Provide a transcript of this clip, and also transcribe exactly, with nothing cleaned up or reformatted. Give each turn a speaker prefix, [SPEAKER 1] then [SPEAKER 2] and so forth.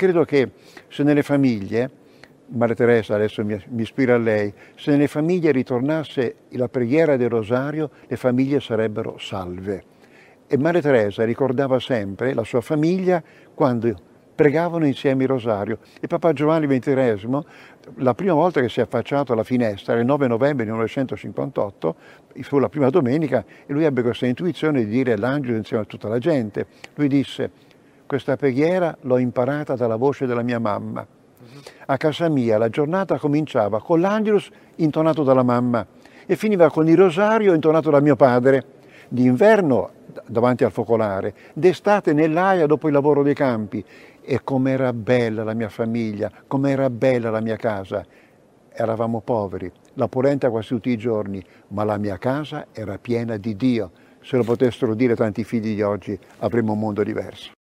[SPEAKER 1] Credo che se nelle famiglie, Maria Teresa adesso mi, mi ispira a lei, se nelle famiglie ritornasse la preghiera del rosario, le famiglie sarebbero salve. E Maria Teresa ricordava sempre la sua famiglia quando pregavano insieme il rosario. E Papa Giovanni ventitreesimo, la prima volta che si è affacciato alla finestra, il nove novembre millenovecentocinquantotto, fu la prima domenica, e lui ebbe questa intuizione di dire l'angelo insieme a tutta la gente. Lui disse: questa preghiera l'ho imparata dalla voce della mia mamma. A casa mia la giornata cominciava con l'Angelus intonato dalla mamma e finiva con il rosario intonato da mio padre. D'inverno davanti al focolare, d'estate nell'aia dopo il lavoro dei campi. E com'era bella la mia famiglia, com'era bella la mia casa. Eravamo poveri, la polenta quasi tutti i giorni, ma la mia casa era piena di Dio. Se lo potessero dire tanti figli di oggi, avremmo un mondo diverso.